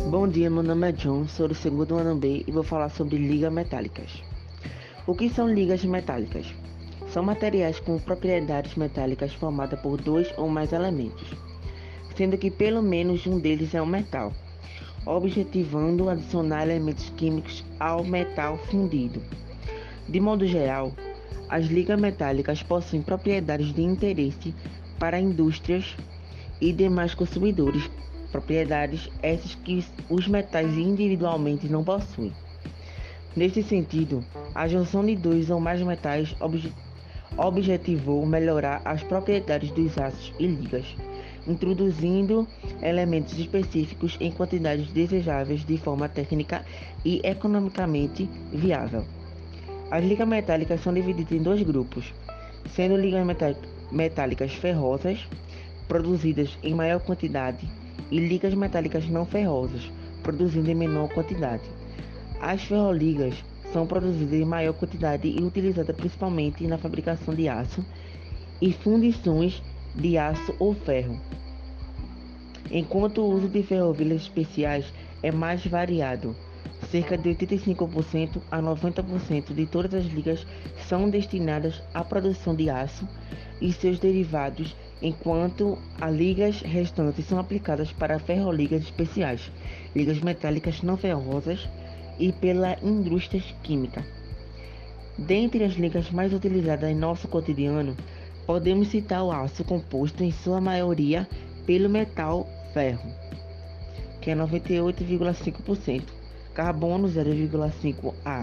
Bom dia, meu nome é John, sou do segundo ano B e vou falar sobre ligas metálicas. O que são ligas metálicas? São materiais com propriedades metálicas formadas por dois ou mais elementos, sendo que pelo menos um deles é um metal, objetivando adicionar elementos químicos ao metal fundido. De modo geral, as ligas metálicas possuem propriedades de interesse para indústrias e demais consumidores, propriedades essas que os metais individualmente não possuem. Nesse sentido, a junção de dois ou mais metais objetivou melhorar as propriedades dos aços e ligas, introduzindo elementos específicos em quantidades desejáveis de forma técnica e economicamente viável. As ligas metálicas são divididas em dois grupos, sendo ligas metálicas ferrosas, produzidas em maior quantidade, e ligas metálicas não ferrosas, produzidas em menor quantidade. As ferroligas são produzidas em maior quantidade e utilizadas principalmente na fabricação de aço e fundições de aço ou ferro, enquanto o uso de ferrovias especiais é mais variado. Cerca de 85% a 90% de todas as ligas são destinadas à produção de aço e seus derivados, enquanto as ligas restantes são aplicadas para ferroligas especiais, ligas metálicas não ferrosas e pela indústria química. Dentre as ligas mais utilizadas em nosso cotidiano, podemos citar o aço composto em sua maioria pelo metal ferro, que é 98,5%, carbono 0,5 a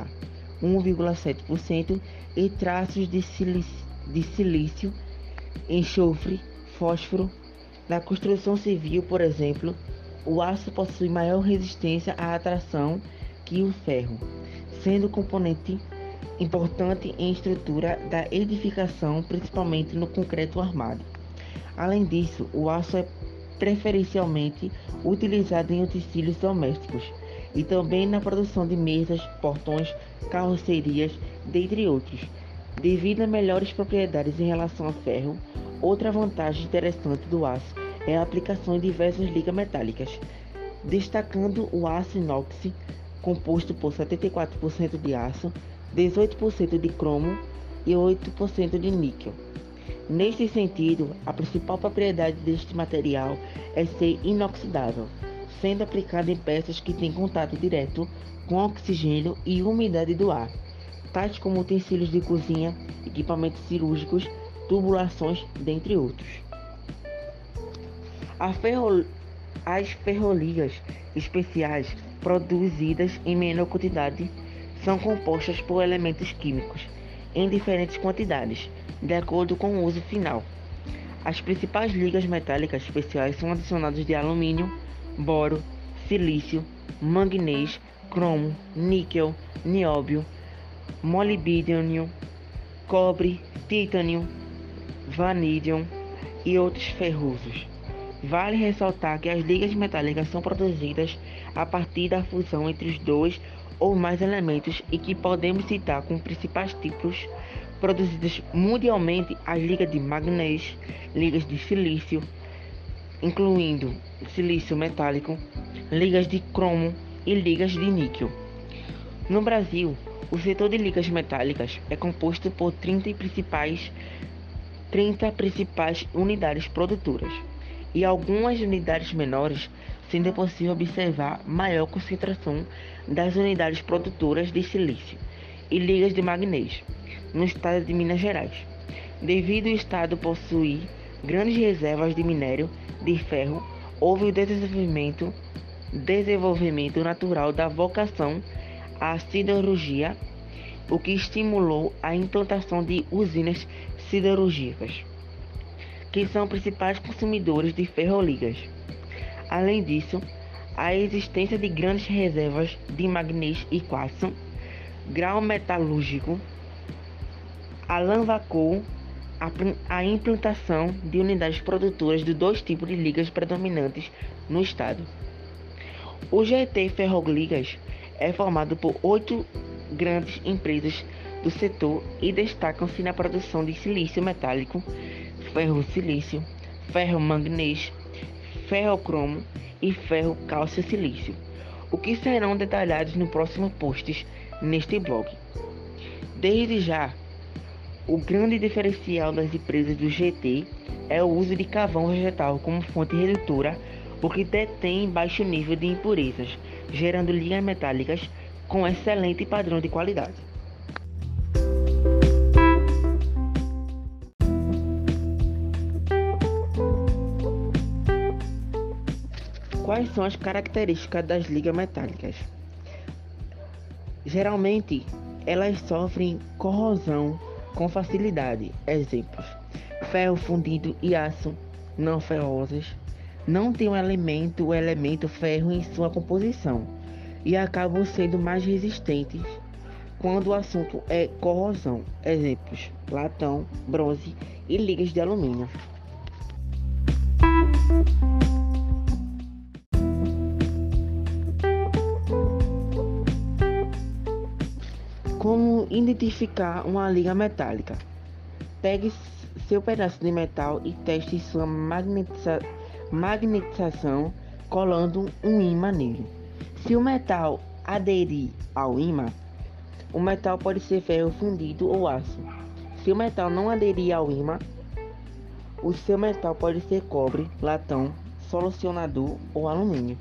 1,7% e traços de silício, enxofre, fósforo. Na construção civil, por exemplo, o aço possui maior resistência à atração que o ferro, sendo componente importante em estrutura da edificação, principalmente no concreto armado. Além disso, o aço é preferencialmente utilizado em utensílios domésticos e também na produção de mesas, portões, carrocerias, dentre outros. Devido a melhores propriedades em relação ao ferro, outra vantagem interessante do aço é a aplicação em diversas ligas metálicas, destacando o aço inox, composto por 74% de aço, 18% de cromo e 8% de níquel. Neste sentido, a principal propriedade deste material é ser inoxidável, sendo aplicado em peças que têm contato direto com oxigênio e umidade do ar, tais como utensílios de cozinha, equipamentos cirúrgicos, tubulações, dentre outros. As ferroligas especiais, produzidas em menor quantidade, são compostas por elementos químicos em diferentes quantidades, de acordo com o uso final. As principais ligas metálicas especiais são adicionadas de alumínio, boro, silício, manganês, cromo, níquel, nióbio, molibdênio, cobre, titânio, vanídio e outros ferrosos. Vale ressaltar que as ligas metálicas são produzidas a partir da fusão entre os dois ou mais elementos e que podemos citar como principais tipos produzidas mundialmente as ligas de manganês, ligas de silício, incluindo silício metálico, ligas de cromo e ligas de níquel. No Brasil, o setor de ligas metálicas é composto por 30 principais unidades produtoras e algumas unidades menores, sendo possível observar maior concentração das unidades produtoras de silício e ligas de manganês no estado de Minas Gerais, devido ao estado possuir grandes reservas de minério de ferro. Houve o desenvolvimento natural da vocação à siderurgia, o que estimulou a implantação de usinas siderúrgicas, que são principais consumidores de ferroligas. Além disso, a existência de grandes reservas de manganês e quartzo, grau metalúrgico, alavancou a implantação de unidades produtoras de dois tipos de ligas predominantes no estado. O GT Ferroligas é formado por 8 grandes empresas do setor e destacam-se na produção de silício metálico, ferro-silício, ferro-manganês, ferro-cromo e ferro-cálcio-silício. o que serão detalhados no próximo posts neste blog. Desde já, o grande diferencial das empresas do GT é o uso de carvão vegetal como fonte redutora, o que detém baixo nível de impurezas, gerando ligas metálicas com excelente padrão de qualidade. Quais são as características das ligas metálicas? Geralmente, elas sofrem corrosão com facilidade. Exemplos: ferro fundido e aço não ferrosas. Não tem o elemento ferro em sua composição e acabam sendo mais resistentes quando o assunto é corrosão. Exemplos: latão, bronze e ligas de alumínio. Como identificar uma liga metálica? Pegue seu pedaço de metal e teste sua magnetização colando um ímã nele. Se o metal aderir ao ímã, o metal pode ser ferro fundido ou aço. Se o metal não aderir ao ímã, o seu metal pode ser cobre, latão, solucionador ou alumínio.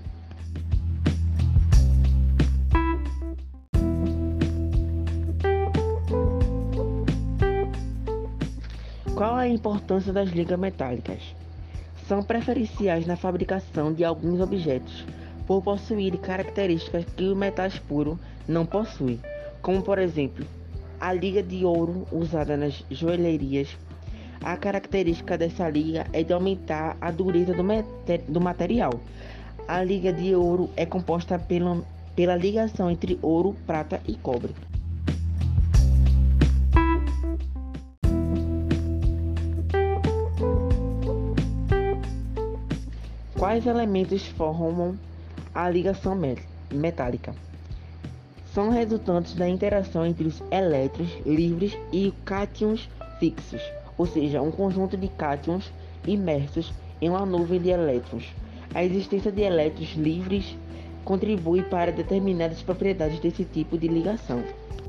Qual a importância das ligas metálicas? São preferenciais na fabricação de alguns objetos, por possuírem características que os metais puros não possuem, como por exemplo, a liga de ouro usada nas joalherias. A característica dessa liga é de aumentar a dureza do material. A liga de ouro é composta pela ligação entre ouro, prata e cobre. Quais elementos formam a ligação metálica? São resultantes da interação entre os elétrons livres e cátions fixos, ou seja, um conjunto de cátions imersos em uma nuvem de elétrons. A existência de elétrons livres contribui para determinadas propriedades desse tipo de ligação.